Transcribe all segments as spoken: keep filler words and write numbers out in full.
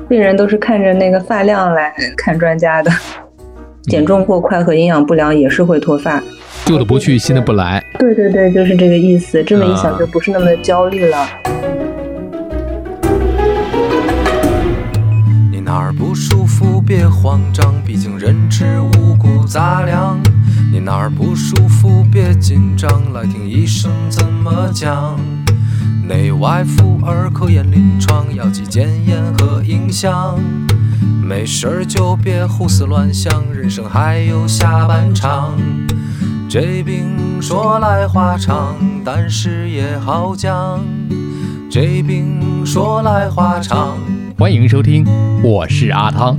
病人都是看着那个发量来看专家的，减重过快和营养不良也是会脱发。 旧的不去，新的不来。 对对对，就是这个意思。这么一想就不是那么的焦虑了。 你哪儿不舒服别慌张，毕竟人吃五谷杂粮。你哪儿不舒服别紧张，来听医生怎么讲。内外妇儿科研临床，药剂检验和影像。没事儿就别胡思乱想，人生还有下半场。这病说来话长，但是也好讲。这病说来话长。 欢迎收听，我是阿汤。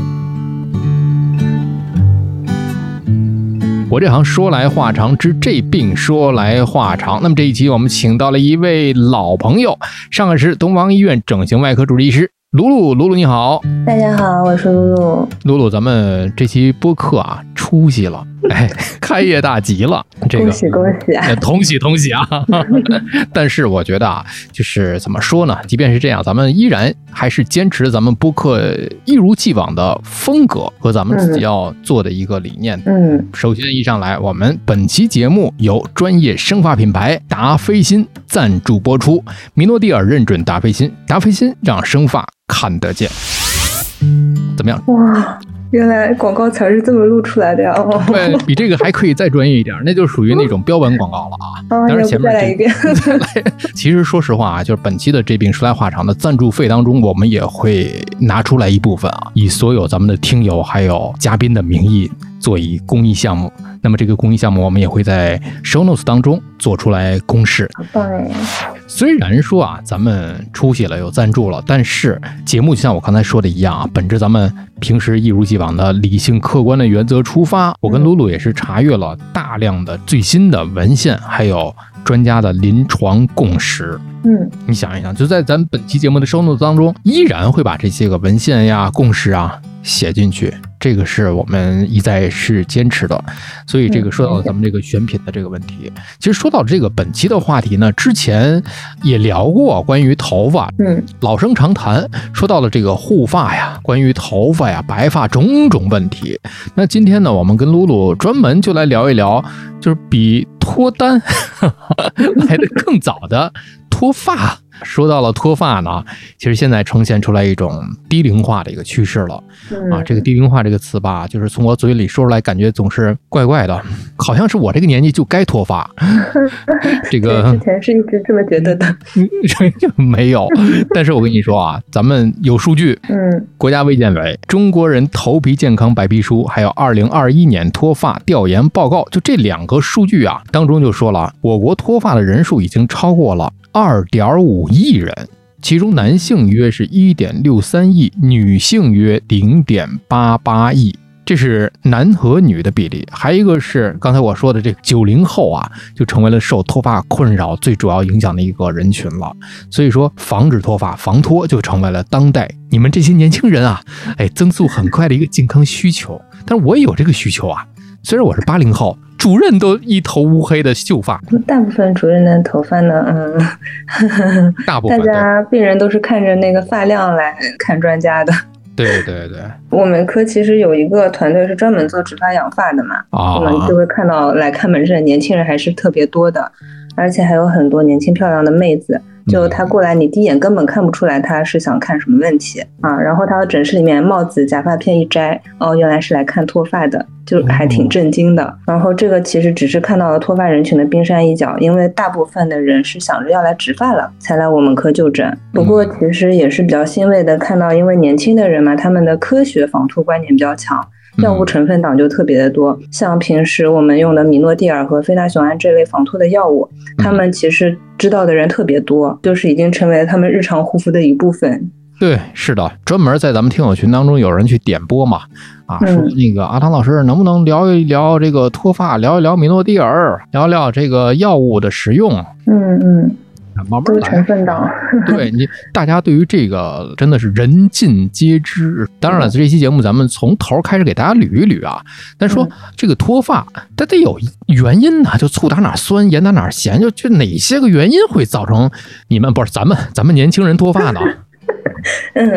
我这行说来话长之这病说来话长。那么这一期我们请到了一位老朋友，上海市东方医院整形外科主治医师露露。露露你好。 大家好，我是露露。 露露，咱们这期播客啊出息了，哎，开业大吉了，这个恭喜恭喜啊， 同喜同喜啊！但是我觉得啊，就是怎么说呢？即便是这样，咱们依然还是坚持咱们播客一如既往的风格和咱们自己要做的一个理念。 嗯， 首先一上来，我们本期节目由专业生发品牌达霏欣赞助播出，米诺地尔认准达霏欣，达霏欣让生发看得见。怎么样？ 哇！原来广告词是这么录出来的呀！哦， 对，比这个还可以再专业一点，那就属于那种标本广告了啊！ 哦， 当然前面再来一遍。 其实说实话啊，就是本期的这病说来话长的赞助费当中，我们也会拿出来一部分啊，以所有咱们的听友还有嘉宾的名义做一公益项目。那么这个公益项目我们也会在 show notes 当中做出来公示。 好棒哎！ 虽然说啊，咱们出息了有赞助了，但是节目就像我刚才说的一样啊，本着咱们平时一如既往的理性客观的原则出发，我跟露露也是查阅了大量的最新的文献，还有专家的临床共识。 嗯， 你想一想，就在咱本期节目的show notes当中，依然会把这些个文献呀、共识啊写进去，这个是我们一再是坚持的。所以这个说到咱们这个选品的这个问题，其实说到这个本期的话题呢，之前也聊过关于头发， 嗯， 老生常谈，说到了这个护发呀，关于头发呀、白发种种问题。那今天呢，我们跟露露专门就来聊一聊，就是比脱单来的更早的脱发。说到了脱发呢，其实现在呈现出来一种低龄化的一个趋势了、 嗯、 啊。这个低龄化这个词吧，就是从我嘴里说出来，感觉总是怪怪的，好像是我这个年纪就该脱发。这个之前是一直这么觉得的， 没有。但是我跟你说啊，咱们有数据， 嗯， 国家卫健委《中国人头皮健康白皮书》还有二零二一年脱发调研报告，就这两个数据啊，当中就说了，我国脱发的人数已经超过了二点五亿人，其中男性约是 一点六三亿，女性约 零点八八亿，这是男和女的比例。还有一个是刚才我说的这个九零后啊，就成为了受脱发困扰最主要影响的一个人群了。所以说防止脱发，防脱就成为了当代你们这些年轻人啊，哎，增速很快的一个健康需求。但是我也有这个需求啊，虽然我是八零后，主任都一头乌黑的秀发， 大部分主任的头发呢，嗯， 大部分大家病人都是看着那个发量来看专家的。 对对对， 我们科其实有一个团队是专门做植发养发的嘛， 啊， 我们就会看到来看门诊的年轻人还是特别多的，而且还有很多年轻漂亮的妹子。就他过来，你第一眼根本看不出来他是想看什么问题啊。然后他的诊室里面帽子假发片一摘，哦，原来是来看脱发的，就还挺震惊的。然后这个其实只是看到了脱发人群的冰山一角，因为大部分的人是想着要来植发了才来我们科就诊。不过其实也是比较欣慰的看到，因为年轻的人嘛，他们的科学防脱观念比较强，药物成分党就特别的多，像平时我们用的米诺地尔和非那雄胺这类防脱的药物，他们其实知道的人特别多，就是已经成为了他们日常护肤的一部分。 对，是的，专门在咱们听友群当中有人去点播嘛，啊，说那个阿汤老师能不能聊一聊这个脱发，聊一聊米诺地尔，聊聊这个药物的使用。 嗯嗯。 慢慢来， 成分党。 对你，大家对于这个真的是人尽皆知。当然了，这期节目咱们从头开始给大家捋一捋啊。但说这个脱发，它得有原因呢，就醋打哪酸，盐打哪咸，就就哪些个原因会造成你们不是咱们咱们年轻人脱发呢？ 嗯，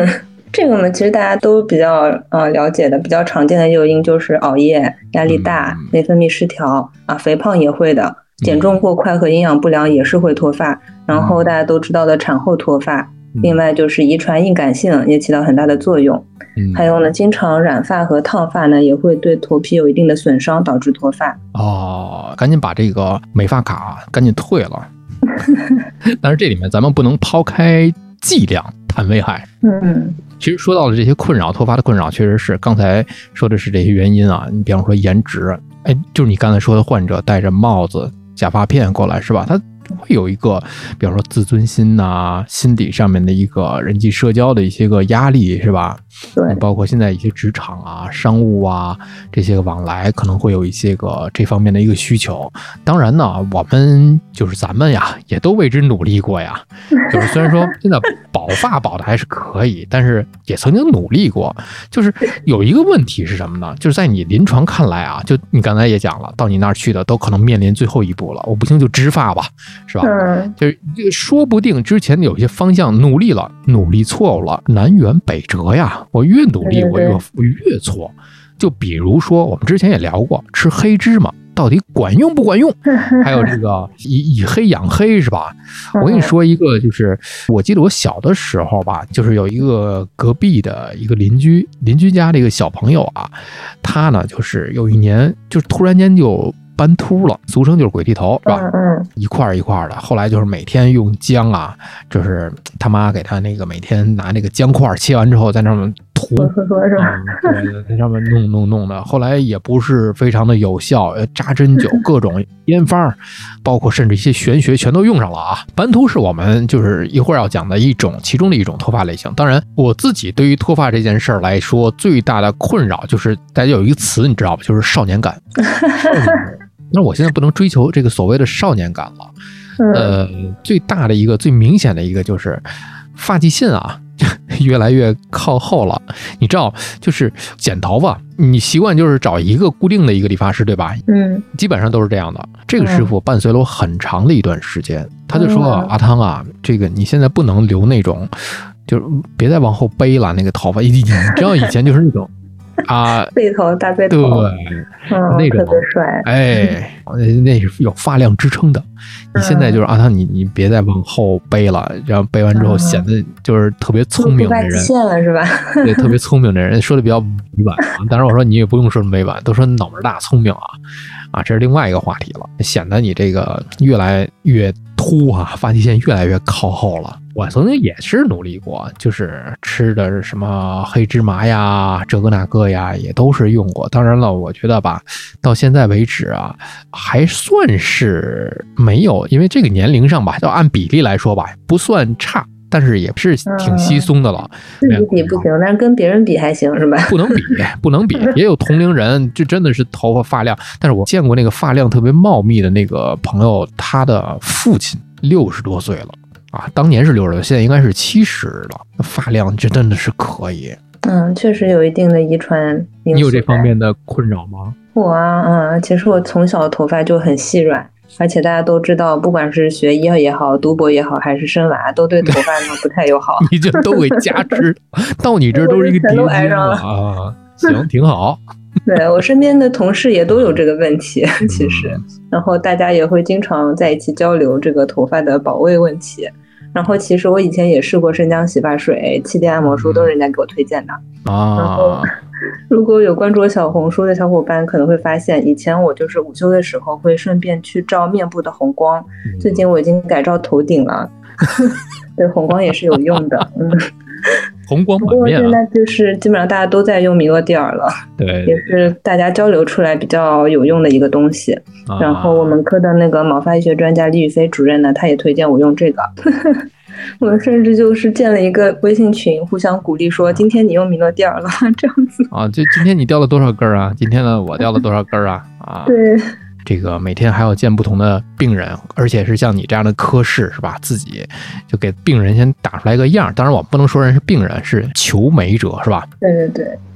这个呢，其实大家都比较呃了解的，比较常见的诱因就是熬夜、压力大、嗯、内分泌失调啊，肥胖也会的，减重过快和营养不良也是会脱发。嗯、然后大家都知道的产后脱发，嗯、另外就是遗传易感性也起到很大的作用。嗯、还有呢，经常染发和烫发呢，也会对头皮有一定的损伤，导致脱发。 哦，赶紧把这个美发卡赶紧退了。但是这里面咱们不能抛开剂量谈危害。 嗯， 其实说到了这些困扰，脱发的困扰确实是刚才说的是这些原因啊。你比方说颜值，哎，就是你刚才说的患者戴着帽子、假发片过来是吧？他会有一个，比方说自尊心呐、啊、心理上面的一个人际社交的一些个压力是吧？ 对， 包括现在一些职场啊、商务啊这些个往来，可能会有一些个这方面的一个需求。当然呢，我们就是咱们呀，也都为之努力过呀。就是虽然说现在保发保的还是可以，但是也曾经努力过。就是有一个问题是什么呢？就是在你临床看来啊，就你刚才也讲了，到你那儿去的都可能面临最后一步了。我不行就植发吧，是吧？ 嗯， 就是说不定之前有一些方向努力了，努力错误了，南辕北辙呀。我越努力，我越我越错。就比如说，我们之前也聊过，吃黑芝麻到底管用不管用？还有这个以以黑养黑是吧？我跟你说一个，就是我记得我小的时候吧，就是有一个隔壁的一个邻居，邻居家的一个小朋友啊，他呢就是有一年就突然间就斑秃了，俗称就是鬼剃头，是吧？ 嗯嗯， 一块一块的。后来就是每天用姜啊，就是他妈给他那个每天拿那个姜块切完之后，在那么涂，嗯，对，在上面弄弄弄的。后来也不是非常的有效，扎针灸、各种偏方，包括甚至一些玄学全都用上了啊。斑秃是我们就是一会儿要讲的一种，其中的一种脱发类型。当然，我自己对于脱发这件事儿来说，最大的困扰就是大家有一个词你知道吧，就是少年感。少年感那我现在不能追求这个所谓的少年感了，呃，最大的一个、最明显的一个就是发际线啊，越来越靠后了。你知道，就是剪头发，你习惯就是找一个固定的一个理发师，对吧？ 嗯， 基本上都是这样的。这个师傅伴随了我很长的一段时间，他就说：“阿汤啊，这个你现在不能留那种，就是别再往后背了，那个头发，你你知道以前就是那种。”啊， 背头大背头， 对， 嗯， 那种特别帅， 哎，那是有发量支撑的。你现在就是阿汤，你你别再往后背了，然后背完之后显得就是特别聪明的人， 线了是吧？ 对，特别聪明的人，说的比较委婉啊。当然我说你也不用说委婉，都说脑门大聪明啊，啊，这是另外一个话题了，显得你这个越来越秃啊，发际线越来越靠后了。我曾经也是努力过，就是吃的什么黑芝麻呀，这个那个呀，也都是用过。当然了，我觉得吧，到现在为止啊，还算是没有，因为这个年龄上吧，要按比例来说吧，不算差，但是也是挺稀松的了。 自己比不行，但是跟别人比还行，是吧？ 不能比，不能比。也有同龄人，就真的是头发发量，但是我见过那个发量特别茂密的那个朋友，他的父亲六十多岁了。啊，当年是六十多，现在应该是七十了，发量这真的是可以。 嗯，确实有一定的遗传因素。 你有这方面的困扰吗？ 我啊，嗯，其实我从小头发就很细软，而且大家都知道，不管是学医也好，读博也好，还是生娃，都对头发呢不太友好。 你这都给加持，到你这都是一个叠加了啊。行，挺好。 对，我身边的同事也都有这个问题，其实，然后大家也会经常在一起交流这个头发的保卫问题。然后其实我以前也试过生姜洗发水、气垫按摩梳，都是人家给我推荐的啊。然后如果有关注我小红书的小伙伴可能会发现，以前我就是午休的时候会顺便去照面部的红光，最近我已经改照头顶了。对，红光也是有用的。嗯， 红光满面啊。 不过现在就是基本上大家都在用米诺地尔了， 对， 也是大家交流出来比较有用的一个东西。啊、然后我们科的那个毛发医学专家李宇飞主任呢，他也推荐我用这个。我们甚至就是建了一个微信群，互相鼓励说：“今天你用米诺地尔了。”这样子啊，就今天你掉了多少根啊？今天呢，我掉了多少根啊？啊， 对。 这个每天还要见不同的病人，而且是像你这样的科室是吧？自己就给病人先打出来个样。当然，我不能说人是病人，是求美者是吧？ 对对对。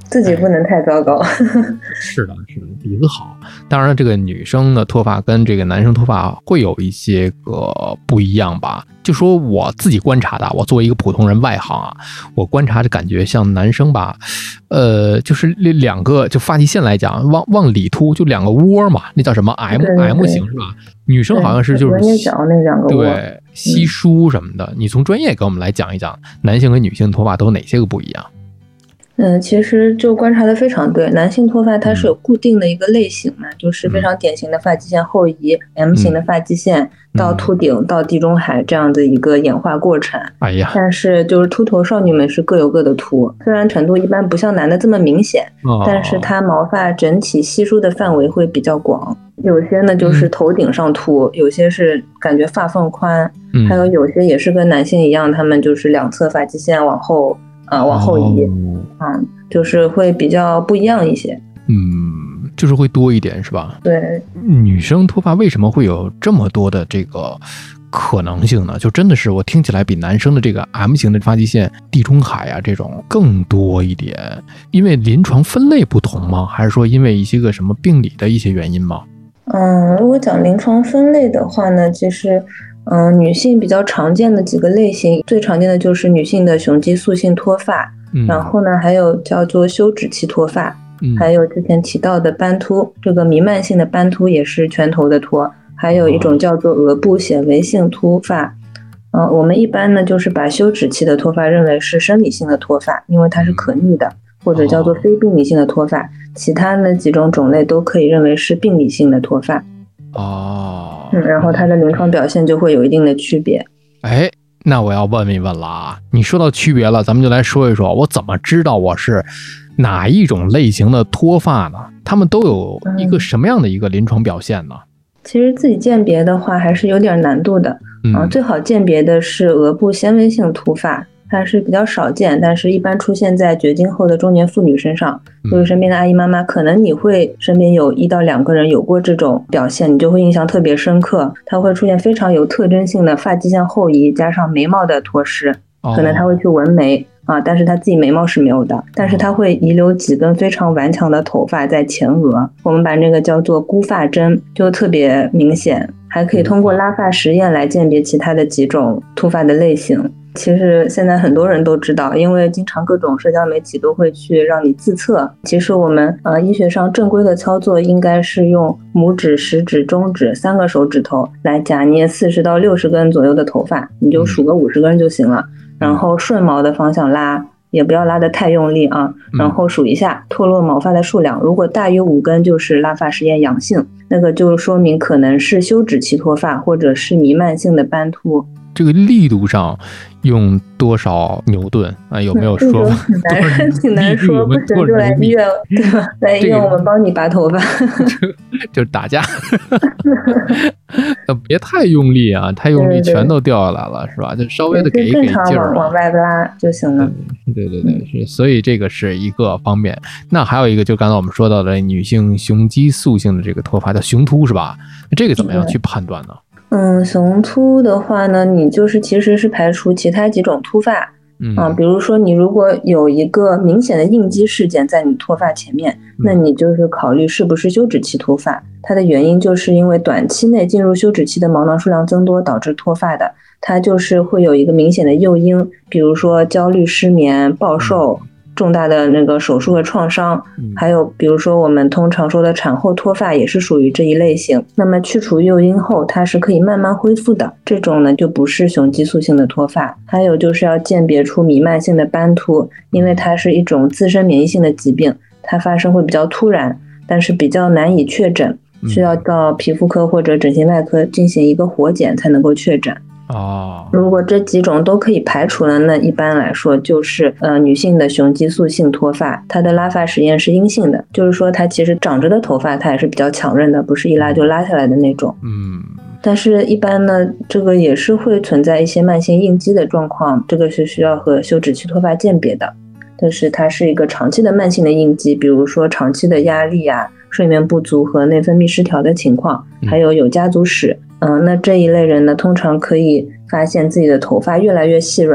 自己不能太糟糕。 是的，是的，底子好。当然，这个女生的脱发跟这个男生脱发会有一些个不一样吧。就说我自己观察的，我作为一个普通人外行啊，我观察着感觉像男生吧，呃，就是两个就发际线来讲，往往里凸，就两个窝嘛，那叫什么 M 对对对 M 型是吧？女生好像是就是捏脚那两个窝， 对，稀疏什么的。嗯、你从专业给我们来讲一讲，男性跟女性脱发都有哪些个不一样？ 嗯，其实就观察的非常对，男性脱发它是有固定的一个类型嘛，嗯、就是非常典型的发际线后移、嗯、M 型的发际线、嗯、到秃顶到地中海这样的一个演化过程。 哎呀， 但是就是秃头少女们是各有各的秃，虽然程度一般不像男的这么明显，哦、但是它毛发整体稀疏的范围会比较广。有些呢就是头顶上秃，嗯、有些是感觉发缝宽，嗯、还有有些也是跟男性一样，他们就是两侧发际线往后。啊，往后移，嗯、哦，就是会比较不一样一些， 嗯，就是会多一点，是吧？ 对， 女生脱发为什么会有这么多的这个可能性呢？就真的是我听起来比男生的这个 M 型的发际线、地中海啊这种更多一点，因为临床分类不同吗？还是说因为一些个什么病理的一些原因吗？ 嗯，如果讲临床分类的话呢，其实。嗯，女性比较常见的几个类型，最常见的就是女性的雄激素性脱发，嗯、然后呢还有叫做休止期脱发，嗯、还有之前提到的斑秃，这个弥漫性的斑秃也是全头的脱，还有一种叫做额部显微性秃发。嗯、呃，我们一般呢就是把休止期的脱发认为是生理性的脱发，因为它是可逆的，或者叫做非病理性的脱发，其他的几种种类都可以认为是病理性的脱发。 哦， 嗯，然后它的临床表现就会有一定的区别。 哎，那我要问一问了啊，你说到区别了，咱们就来说一说，我怎么知道我是哪一种类型的脱发呢？他们都有一个什么样的一个临床表现呢？ 嗯、其实自己鉴别的话还是有点难度的，嗯、啊，最好鉴别的是额部纤维性秃发。它是比较少见，但是一般出现在绝经后的中年妇女身上，就是身边的阿姨妈妈，可能你会身边有一到两个人有过这种表现，你就会印象特别深刻。它会出现非常有特征性的发际线后移，加上眉毛的脱失，可能他会去纹眉啊，但是他自己眉毛是没有的，但是他会遗留几根非常顽强的头发在前额，我们把那个叫做孤发针，就特别明显。还可以通过拉发实验来鉴别其他的几种秃发的类型。其实现在很多人都知道，因为经常各种社交媒体都会去让你自测。其实我们呃医学上正规的操作应该是用拇指、食指、中指三个手指头来夹捏四十到六十根左右的头发，你就数个五十根就行了。然后顺毛的方向拉，也不要拉得太用力啊。然后数一下脱落毛发的数量，如果大于五根就是拉发实验阳性，那个就说明可能是休止期脱发或者是弥漫性的斑秃。 这个力度上用多少牛顿啊？有没有说法？ 挺难，挺难说。不行就来医院，对吧？来医院我们帮你拔头发。 就是打架，别太用力啊！太用力全都掉下来了，是吧？就稍微的给一给劲儿， 往外拉就行了。 对对对，是。所以这个是一个方面。那还有一个，就刚才我们说到的女性雄激素性的这个脱发叫雄秃，是吧？这个怎么样去判断呢？ 嗯，雄秃的话呢，你就是其实是排除其他几种秃发，嗯、啊，比如说你如果有一个明显的应激事件在你脱发前面，嗯、那你就是考虑是不是休止期脱发。它的原因就是因为短期内进入休止期的毛囊数量增多导致脱发的，它就是会有一个明显的诱因，比如说焦虑、失眠、暴瘦。嗯重大的那个手术和创伤，还有比如说我们通常说的产后脱发也是属于这一类型。那么去除诱因后，它是可以慢慢恢复的，这种呢就不是雄激素性的脱发。还有就是要鉴别出弥漫性的斑秃，因为它是一种自身免疫性的疾病，它发生会比较突然，但是比较难以确诊，需要到皮肤科或者整形外科进行一个活检才能够确诊。 哦， 如果这几种都可以排除了，那一般来说就是呃女性的雄激素性脱发，它的拉发实验是阴性的，就是说它其实长着的头发它也是比较强韧的，不是一拉就拉下来的那种。 嗯， 但是一般呢，这个也是会存在一些慢性应激的状况，这个是需要和休止期脱发鉴别的。但是它是一个长期的慢性的应激，比如说长期的压力啊、睡眠不足和内分泌失调的情况，还有有家族史。嗯、呃，那这一类人呢，通常可以发现自己的头发越来越细软，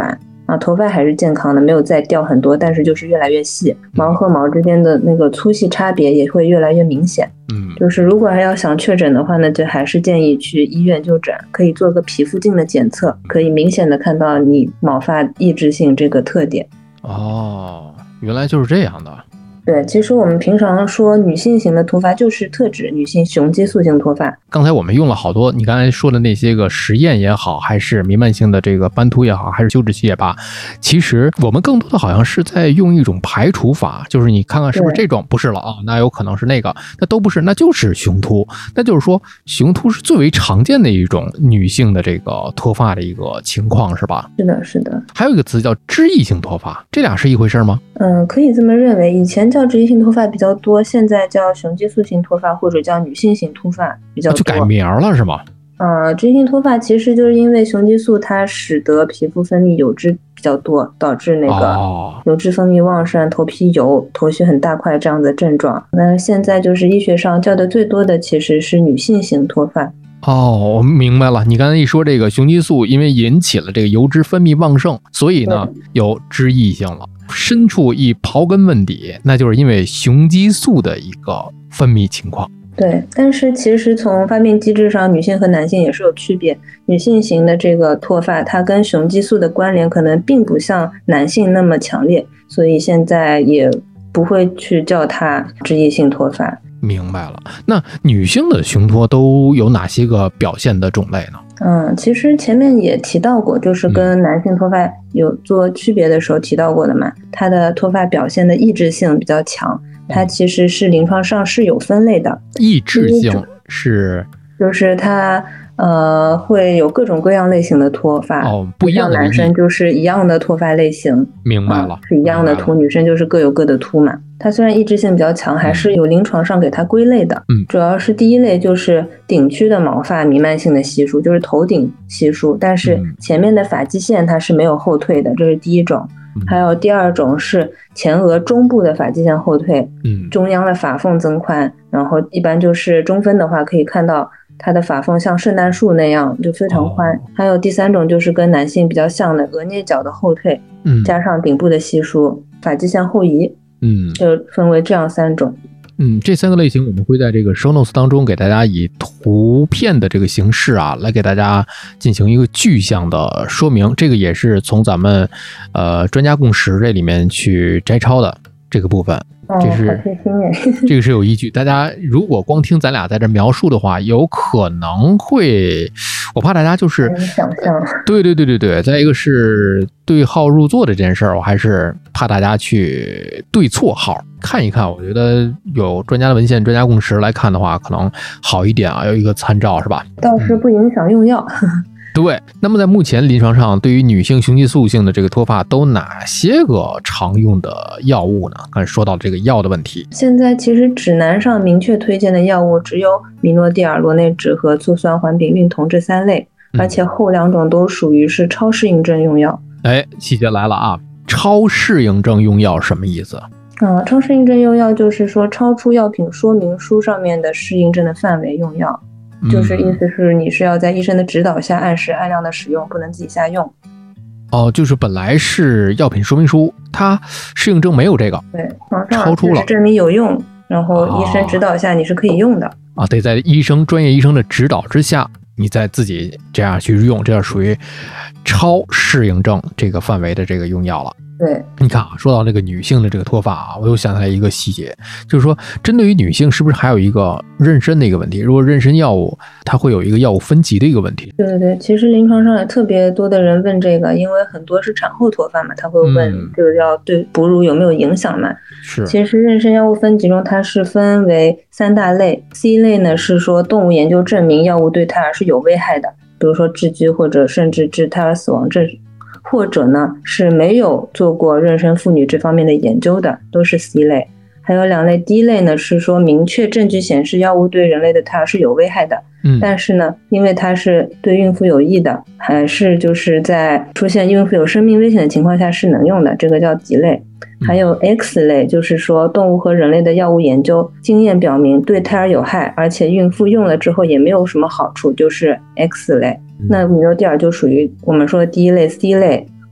啊，头发还是健康的，没有再掉很多，但是就是越来越细，毛和毛之间的那个粗细差别也会越来越明显。 嗯， 就是如果还要想确诊的话呢，就还是建议去医院就诊，可以做个皮肤镜的检测，可以明显的看到你毛发抑制性这个特点。 哦，原来就是这样的。 对，其实我们平常说女性型的脱发，就是特指女性雄激素性脱发。 刚才我们用了好多你刚才说的那些个实验也好，还是弥漫性的这个斑秃也好，还是休止期也罢，其实我们更多的好像是在用一种排除法，就是你看看是不是这种，不是了啊，那有可能是那个，那都不是，那就是雄秃。那就是说雄秃是最为常见的一种女性的这个脱发的一个情况，是吧？ 是的，是的。 还有一个词叫脂溢性脱发，这俩是一回事吗？ 嗯，可以这么认为。以前叫脂溢性脱发比较多，现在叫雄激素性脱发或者叫女性型脱发比较多。 就改名了是吗？ 呃，脂溢性脱发其实就是因为雄激素它使得皮肤分泌油脂比较多，导致那个油脂分泌旺盛、头皮油、头绪很大块这样的症状。那现在就是医学上叫的最多的其实是女性型脱发。 哦，我明白了。你刚才一说这个雄激素因为引起了这个油脂分泌旺盛，所以呢有脂溢性了。深处一刨根问底，那就是因为雄激素的一个分泌情况。 对，但是其实从发病机制上，女性和男性也是有区别。女性型的这个脱发，它跟雄激素的关联可能并不像男性那么强烈，所以现在也不会去叫它脂溢性脱发。 明白了。那女性的雄脱都有哪些个表现的种类呢？ 嗯，其实前面也提到过，就是跟男性脱发有做区别的时候提到过的嘛，它的脱发表现的抑制性比较强，它其实是临床上是有分类的。 抑制性是？ 就是它呃会有各种各样类型的脱发， 哦，不一样的男生就是一样的脱发类型。 明白了， 嗯、是一样的秃，女生就是各有各的秃嘛。它虽然抑制性比较强，还是有临床上给它归类的。 嗯， 主要是第一类就是顶区的毛发弥漫性的稀疏，就是头顶稀疏，但是前面的发际线它是没有后退的，这是第一种。 嗯、 还有第二种是前额中部的发际线后退， 嗯， 中央的发缝增宽，然后一般就是中分的话可以看到它的发缝像圣诞树那样就非常宽。哦、还有第三种就是跟男性比较像的额颞角的后退， 嗯， 加上顶部的稀疏，发际线后移。 嗯， 就分为这样三种。 嗯，这三个类型我们会在这个 show notes 当中给大家以图片的这个形式啊，来给大家进行一个具象的说明。这个也是从咱们呃专家共识这里面去摘抄的这个部分。这是、 哦、 这个是有依据。大家如果光听咱俩在这描述的话，有可能会，我怕大家就是想象。 对对对对对。再一个是对号入座的这件事儿，我还是怕大家去对错号。看一看，我觉得有专家的文献、专家共识来看的话，可能好一点啊，有一个参照，是吧？ 倒是不影响用药。嗯对，那么在目前临床上，对于女性雄激素性的这个脱发，都哪些个常用的药物呢？刚才说到这个药的问题， 现在其实指南上明确推荐的药物只有米诺地尔、罗内酯和醋酸环丙孕酮这三类，而且后两种都属于是超适应症用药。 哎，细节来了啊！超适应症用药什么意思？ 啊，超适应症用药就是说超出药品说明书上面的适应症的范围用药。就是意思是你是要在医生的指导下按时按量的使用，不能自己瞎用。 哦，就是本来是药品说明书，它适应症没有这个， 对，网上超出了证明有用，然后医生指导下你是可以用的。 啊，得在医生专业医生的指导之下，你再自己这样去用，这样属于超适应症这个范围的这个用药了。 对， 你看啊，说到这个女性的这个脱发啊，我又想起来一个细节，就是说针对于女性是不是还有一个妊娠的一个问题？如果妊娠药物它会有一个药物分级的一个问题。 对对对，其实临床上也特别多的人问这个，因为很多是产后脱发嘛，他会问这个药对哺乳有没有影响嘛。 是， 其实妊娠药物分级中它是分为三大类。 C 类呢是说动物研究证明药物对胎儿是有危害的，比如说致畸或者甚至致胎儿死亡，这或者呢是没有做过妊娠妇女这方面的研究的，都是 C 类。还有两类 D 类呢，是说明确证据显示药物对人类的胎儿是有危害的，嗯，但是呢因为它是对孕妇有益的，还是就是在出现孕妇有生命危险的情况下是能用的，这个叫 D 类。还有 X 类，就是说动物和人类的药物研究经验表明对胎儿有害，而且孕妇用了之后也没有什么好处，就是 X 类。那米诺地尔就属于我们说的第一类 C 类，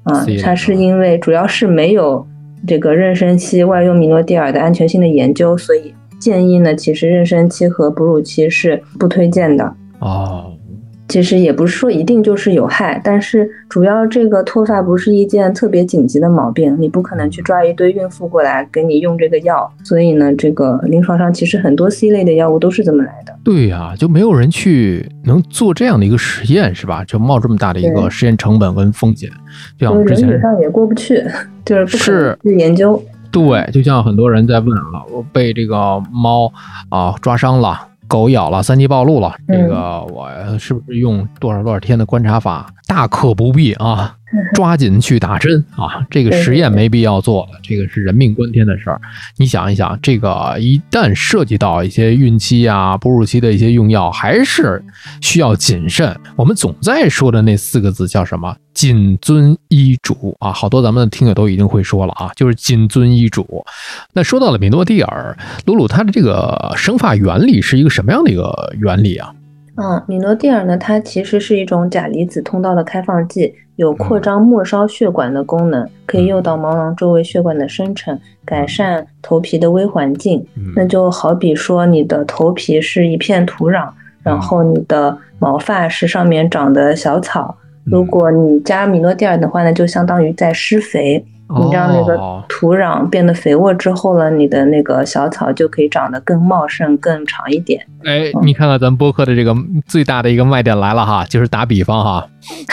啊，它是因为主要是没有这个妊娠期外用米诺地尔的安全性的研究，所以建议呢，其实妊娠期和哺乳期是不推荐的。 哦。 其实也不是说一定就是有害，但是主要这个脱发不是一件特别紧急的毛病，你不可能去抓一堆孕妇过来给你用这个药，所以呢，这个临床上其实很多 C 类的药物都是这么来的。 对呀、啊，就没有人去能做这样的一个实验，是吧？就冒这么大的一个实验成本跟风险，就像之前伦理上也过不去，就是不可能去研究。 对，就像很多人在问啊，我被这个猫啊抓伤了。狗咬了，三级暴露了，这个我是不是用多少多少天的观察法？大可不必啊，抓紧去打针啊！这个实验没必要做的，这个是人命关天的事儿。你想一想，这个一旦涉及到一些孕期啊、哺乳期的一些用药，还是需要谨慎。我们总在说的那四个字叫什么？谨遵医嘱啊！好多咱们的听友都已经会说了啊，就是谨遵医嘱。那说到了米诺地尔，鲁鲁它的这个生发原理是一个什么样的一个原理啊？ 嗯，米诺地尔呢，它其实是一种钾离子通道的开放剂，有扩张末梢血管的功能，可以诱导毛囊周围血管的生成，改善头皮的微环境。那就好比说你的头皮是一片土壤，然后你的毛发是上面长的小草，如果你加米诺地尔的话呢，就相当于在施肥。你让那个土壤变得肥沃之后了，你的那个小草就可以长得更茂盛、更长一点。 哎，你看看咱播客的这个最大的一个卖点来了哈，就是打比方哈。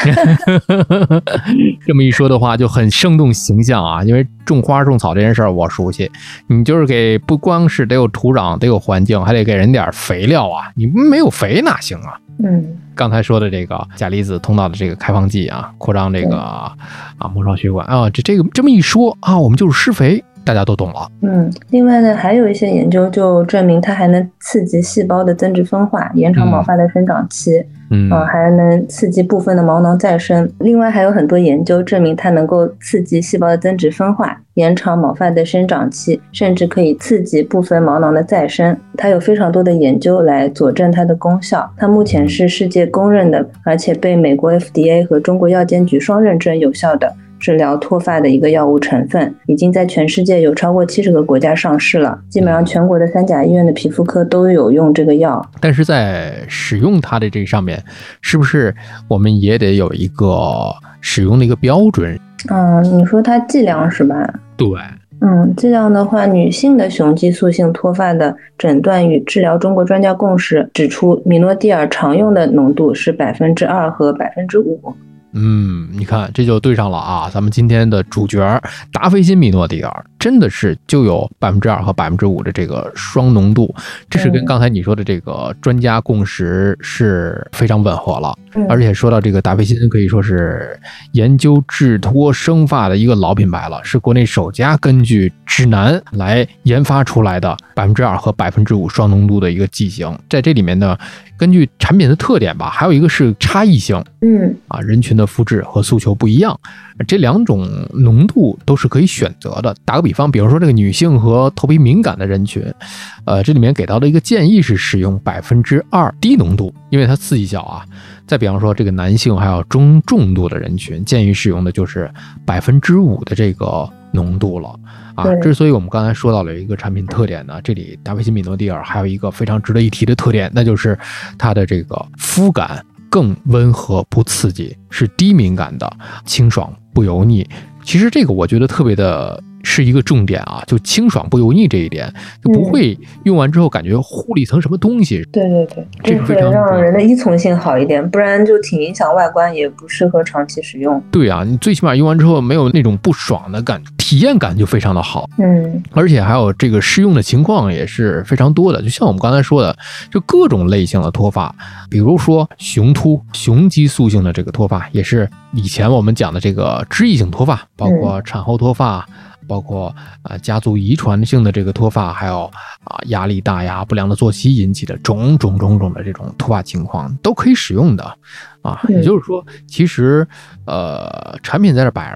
这么一说的话就很生动形象啊，因为种花种草这件事儿我熟悉，你就是给不光是得有土壤得有环境，还得给人点肥料啊，你没有肥哪行啊。 嗯， 刚才说的这个钾离子通道的这个开放剂啊，扩张这个啊末梢血管啊，这这个这么一说啊，我们就是施肥，大家都懂了。 嗯，另外呢，还有一些研究就证明它还能刺激细胞的增殖分化，延长毛发的生长期。嗯，呃、还能刺激部分的毛囊再生。另外还有很多研究证明它能够刺激细胞的增殖分化，延长毛发的生长期，甚至可以刺激部分毛囊的再生。它有非常多的研究来佐证它的功效。它目前是世界公认的，而且被美国 F D A 和中国药监局双认证有效的治疗脱发的一个药物成分，已经在全世界有超过七十个国家上市了。基本上全国的三甲医院的皮肤科都有用这个药。 但是在使用它的这上面，是不是我们也得有一个使用的一个标准？ 嗯，你说它剂量是吧？ 对。 嗯，剂量的话，女性的雄激素性脱发的诊断与治疗中国专家共识指出，米诺地尔常用的浓度是百分之二和百分之五。 嗯，你看这就对上了啊！咱们今天的主角达霏欣米诺地尔真的是就有百分之二和百分之五的这个双浓度，这是跟刚才你说的这个专家共识是非常吻合了。 嗯、 而且说到这个达霏欣，可以说是研究治脱生发的一个老品牌了，是国内首家根据指南来研发出来的百分之二和百分之五双浓度的一个剂型。在这里面呢，根据产品的特点吧，还有一个是差异性。 嗯， 啊，人群的肤质和诉求不一样，这两种浓度都是可以选择的。打个比方，比如说这个女性和头皮敏感的人群，呃，这里面给到的一个建议是使用百分之二低浓度，因为它刺激小啊。再比方说这个男性还有中重度的人群，建议使用的就是百分之五的这个浓度了。啊，之所以我们刚才说到了一个产品特点呢，这里达霏欣米诺地尔还有一个非常值得一提的特点，那就是它的这个肤感更温和不刺激，是低敏感的，清爽不油腻。其实这个我觉得特别的是一个重点啊，就清爽不油腻这一点，就不会用完之后感觉糊了一层什么东西。 嗯、对对对， 这是非常让人的依从性好一点，不然就挺影响外观，也不适合长期使用。 对啊，你最起码用完之后没有那种不爽的感觉，体验感就非常的好。 嗯， 而且还有这个适用的情况也是非常多的，就像我们刚才说的，就各种类型的脱发，比如说雄秃、雄激素性的这个脱发，也是以前我们讲的这个脂溢性脱发，包括产后脱发。嗯，包括啊、呃、家族遗传性的这个脱发，还有啊、呃、压力大呀、不良的作息引起的种种种种的这种脱发情况都可以使用的啊。也就是说，其实呃产品在这摆着了，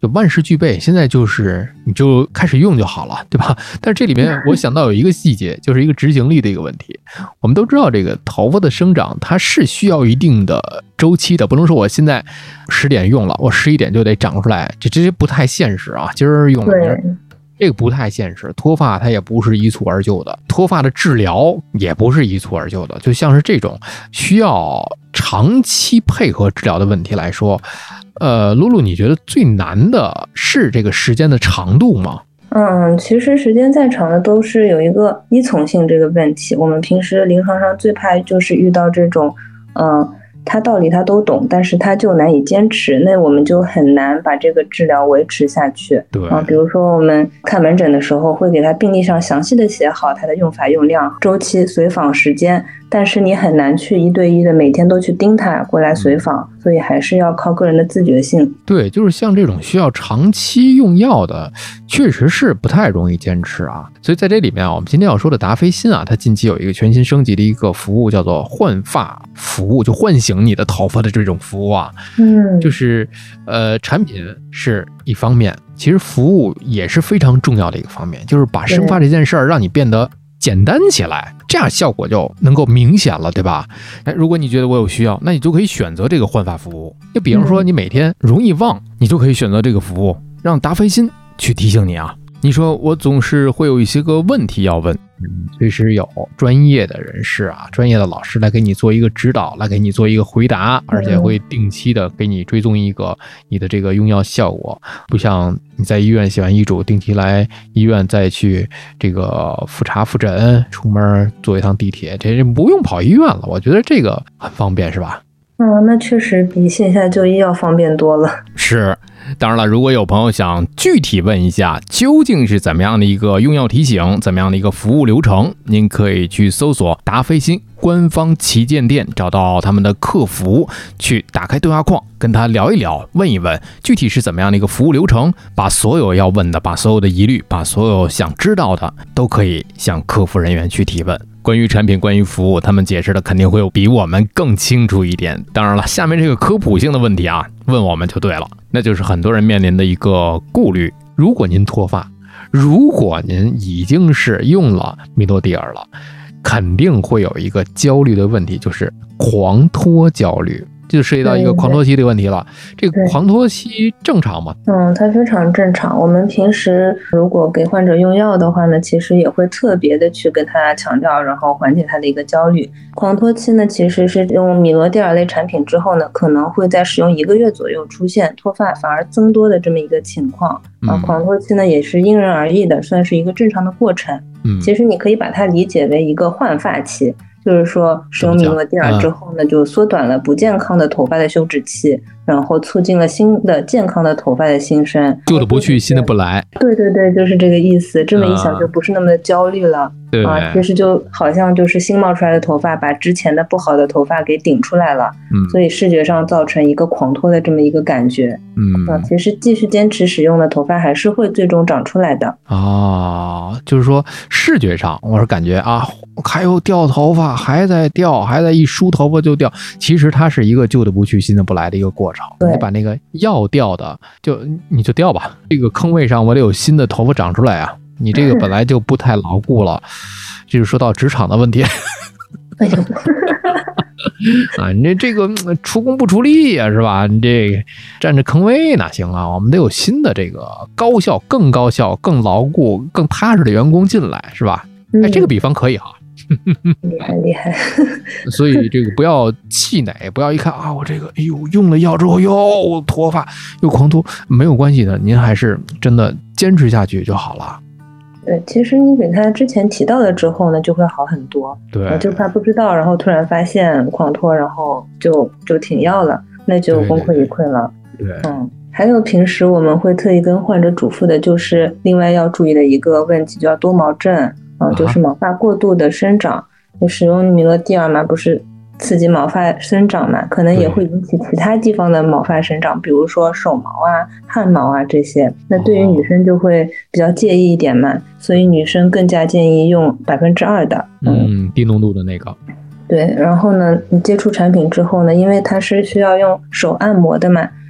就万事俱备，现在就是你就开始用就好了，对吧？但是这里面我想到有一个细节，就是一个执行力的一个问题。我们都知道这个头发的生长它是需要一定的周期的，不能说我现在十点用了，我十一点就得长出来，这这不太现实啊。今儿用了，这个不太现实。脱发它也不是一蹴而就的，脱发的治疗也不是一蹴而就的，就像是这种需要长期配合治疗的问题来说，呃，露露，你觉得最难的是这个时间的长度吗？ 嗯，其实时间再长的都是有一个依从性这个问题。我们平时临床上最怕就是遇到这种，嗯，他道理他都懂，但是他就难以坚持，那我们就很难把这个治疗维持下去。 对啊，比如说我们看门诊的时候，会给他病历上详细的写好他的用法、用量、周期、随访时间，但是你很难去一对一的每天都去盯他过来随访，所以还是要靠个人的自觉性。 对，就是像这种需要长期用药的，确实是不太容易坚持啊。所以在这里面啊，我们今天要说的达霏欣啊，它近期有一个全新升级的一个服务，叫做焕发服务，就唤醒你的头发的这种服务啊。 嗯， 就是呃，产品是一方面，其实服务也是非常重要的一个方面，就是把生发这件事儿让你变得简单起来，这样效果就能够明显了，对吧？哎，如果你觉得我有需要，那你就可以选择这个焕发服务。就比方说你每天容易忘，你就可以选择这个服务，让达霏欣去提醒你啊。你说我总是会有一些个问题要问，嗯，随时有专业的人士啊，专业的老师来给你做一个指导，来给你做一个回答，而且会定期的给你追踪一个你的这个用药效果，不像你在医院写完医嘱，定期来医院再去这个复查复诊，出门坐一趟地铁，这不用跑医院了，我觉得这个很方便，是吧？ 嗯，那确实比线下就医要方便多了。 是。当然了，如果有朋友想具体问一下究竟是怎么样的一个用药提醒，怎么样的一个服务流程，您可以去搜索达霏欣官方旗舰店，找到他们的客服，去打开对话框跟他聊一聊，问一问具体是怎么样的一个服务流程，把所有要问的，把所有的疑虑，把所有想知道的都可以向客服人员去提问。关于产品，关于服务，他们解释的肯定会有比我们更清楚一点。当然了，下面这个科普性的问题啊，问我们就对了，那就是很多人面临的一个顾虑。如果您脱发，如果您已经是用了米诺地尔了，肯定会有一个焦虑的问题，就是狂脱焦虑。这就涉及到一个狂脱期的问题了。这个狂脱期正常吗？ 嗯，它非常正常。我们平时如果给患者用药的话呢，其实也会特别的去跟他强调，然后缓解他的一个焦虑。狂脱期呢，其实是用米诺地尔类产品之后呢，可能会在使用一个月左右出现脱发反而增多的这么一个情况。啊，狂脱期呢也是因人而异的，算是一个正常的过程。嗯，其实你可以把它理解为一个换发期。就是说使用米诺地尔之后呢，就缩短了不健康的头发的休止期，然后促进了新的健康的头发的新生。 旧的不去，新的不来。 对对对，就是这个意思。这么一想就不是那么的焦虑了。 对啊，其实就好像就是新冒出来的头发把之前的不好的头发给顶出来了。嗯，所以视觉上造成一个狂脱的这么一个感觉。嗯啊，其实继续坚持使用的头发还是会最终长出来的。 啊，就是说视觉上我是感觉啊，还有掉头发还在掉，还在一梳头发就掉，其实它是一个旧的不去新的不来的一个过程。你把那个要掉的就你就掉吧，这个坑位上我得有新的头发长出来啊，你这个本来就不太牢固了。这就说到职场的问题。 哎呦啊，你这这个出工不出力呀，是吧？你这占着坑位哪行啊？我们得有新的这个高效、更高效、更牢固、更踏实的员工进来，是吧？哎，这个比方可以哈。 厉害厉害。 所以这个不要气馁，不要一看啊，我这个哎呦用了药之后又脱发又狂脱，没有关系的，您还是真的坚持下去就好了。 对，其实你给他之前提到了之后呢，就会好很多。 对， 就怕不知道，然后突然发现狂脱，然后就就停药了，那就功亏一篑了。 对，对嗯。还有平时我们会特意跟患者嘱咐的，就是另外要注意的一个问题，叫多毛症。嗯，就是毛发过度的生长。你使用米诺地尔嘛，不是刺激毛发生长嘛，可能也会引起其他地方的毛发生长，比如说手毛啊、汗毛啊这些。那对于女生就会比较介意一点嘛，所以女生更加建议用百分之二的， 嗯，低浓度的那个。 对，然后呢，你接触产品之后呢，因为它是需要用手按摩的嘛，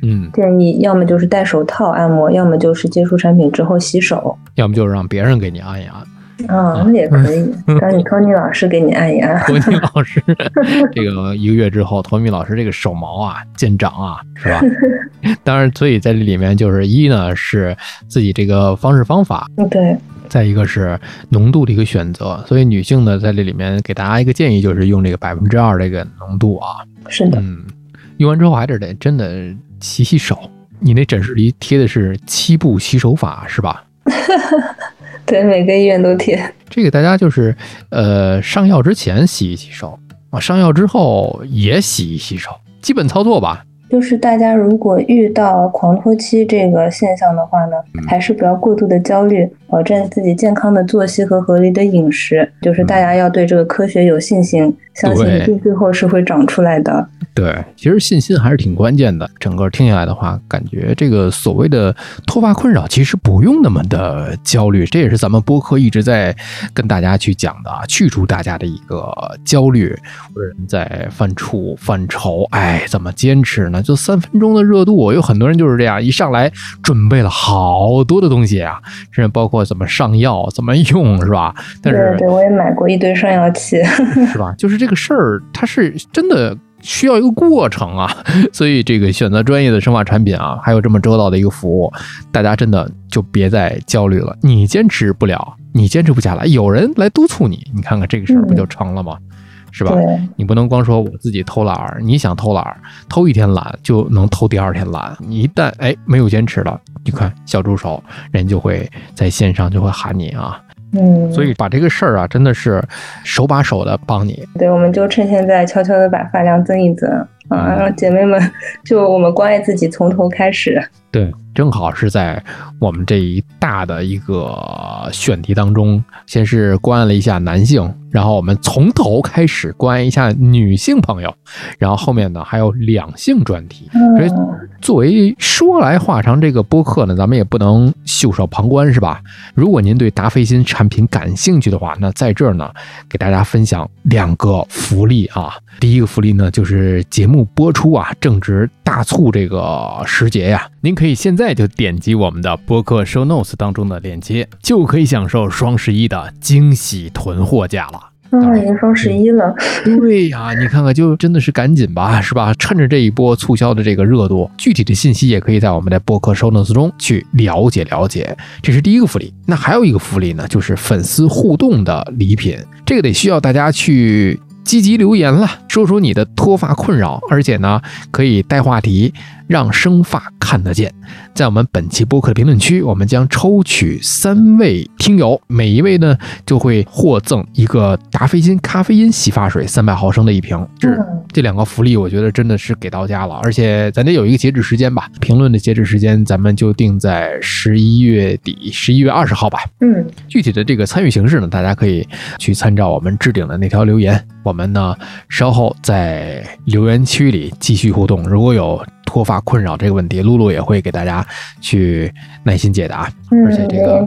嗯， 建议要么就是戴手套按摩，要么就是接触产品之后洗手， 要么就是让别人给你按一按。 啊，那也可以，让你托尼老师给你按一按。 托尼老师，这个一个月之后，托尼老师这个手毛啊见长啊，是吧？当然，所以在这里面就是一呢是自己这个方式方法， 对。 再一个是浓度的一个选择，所以女性呢在这里面给大家一个建议，就是用这个百分之二这个浓度啊。 是的， 嗯，用完之后还是得真的洗洗手。你那诊室里贴的是七步洗手法是吧？ 对，每个医院都贴。 这个大家就是呃上药之前洗一洗手啊，上药之后也洗一洗手，基本操作吧。 就是大家如果遇到狂脱期这个现象的话呢，还是不要过度的焦虑，保证自己健康的作息和合理的饮食。就是大家要对这个科学有信心，相信一定最后是会长出来的。 对，其实信心还是挺关键的。整个听下来的话，感觉这个所谓的脱发困扰其实不用那么的焦虑，这也是咱们播客一直在跟大家去讲的，去除大家的一个焦虑。有人在犯怵犯愁，哎，怎么坚持呢？就三分钟的热度，有很多人就是这样，一上来准备了好多的东西啊，甚至包括怎么上药、怎么用，是吧？但是对对，我也买过一堆上药器， 是吧？就是这个事儿，它是真的需要一个过程啊，所以这个选择专业的生发产品啊，还有这么周到的一个服务，大家真的就别再焦虑了。你坚持不了，你坚持不下来，有人来督促你，你看看这个事儿不就成了吗？嗯，是吧？你不能光说我自己偷懒儿，你想偷懒儿，偷一天懒就能偷第二天懒。你一旦哎没有坚持了，你看小助手人就会在线上就会喊你啊。 嗯， 所以把这个事儿啊，真的是手把手的帮你。 对，我们就趁现在悄悄的把发量增一增啊，让姐妹们就我们关爱自己从头开始。 对，正好是在我们这一大的一个选题当中，先是关爱了一下男性，然后我们从头开始关爱一下女性朋友，然后后面呢还有两性专题。所以作为说来话长这个播客呢，咱们也不能袖手旁观，是吧？如果您对达霏欣产品感兴趣的话，那在这儿呢给大家分享两个福利啊。第一个福利呢，就是节目播出啊正值大促这个时节呀，您可以现在就点击我们的播客 show notes 当中的链接，就可以享受双十一的惊喜囤货价了。 啊，已经双十一了。 对呀，你看看，就真的是赶紧吧，是吧？趁着这一波促销的这个热度，具体的信息也可以在我们的播客 show notes 中去了解了解。这是第一个福利。那还有一个福利呢，就是粉丝互动的礼品，这个得需要大家去积极留言了，说说你的脱发困扰，而且呢可以带话题，让生发看得见。在我们本期播客的评论区，我们将抽取三位听友，每一位呢就会获赠一个达霏欣咖啡因洗发水三百毫升的一瓶。这这两个福利我觉得真的是给到家了，而且咱得有一个截止时间吧，评论的截止时间咱们就定在十一月底十一月二十号吧。 嗯， 具体的这个参与形式呢，大家可以去参照我们置顶的那条留言，我们呢稍后在留言区里继续互动。如果有脱发困扰这个问题，露露也会给大家去耐心解答。 嗯， 而且这个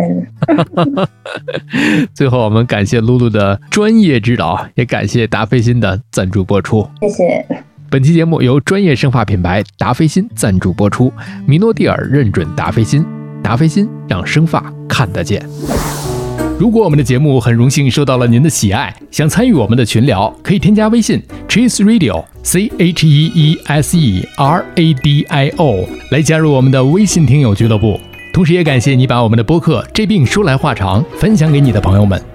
最后我们感谢露露的专业指导，也感谢达霏欣的赞助播出。 谢谢。 本期节目由专业生发品牌达霏欣赞助播出，米诺地尔认准达霏欣，达霏欣让生发看得见。如果我们的节目很荣幸受到了您的喜爱，想参与我们的群聊，可以添加微信 Cheese Radio C H E E S E R A D I O 来加入我们的微信听友俱乐部。同时也感谢你把我们的播客这病说来话长分享给你的朋友们。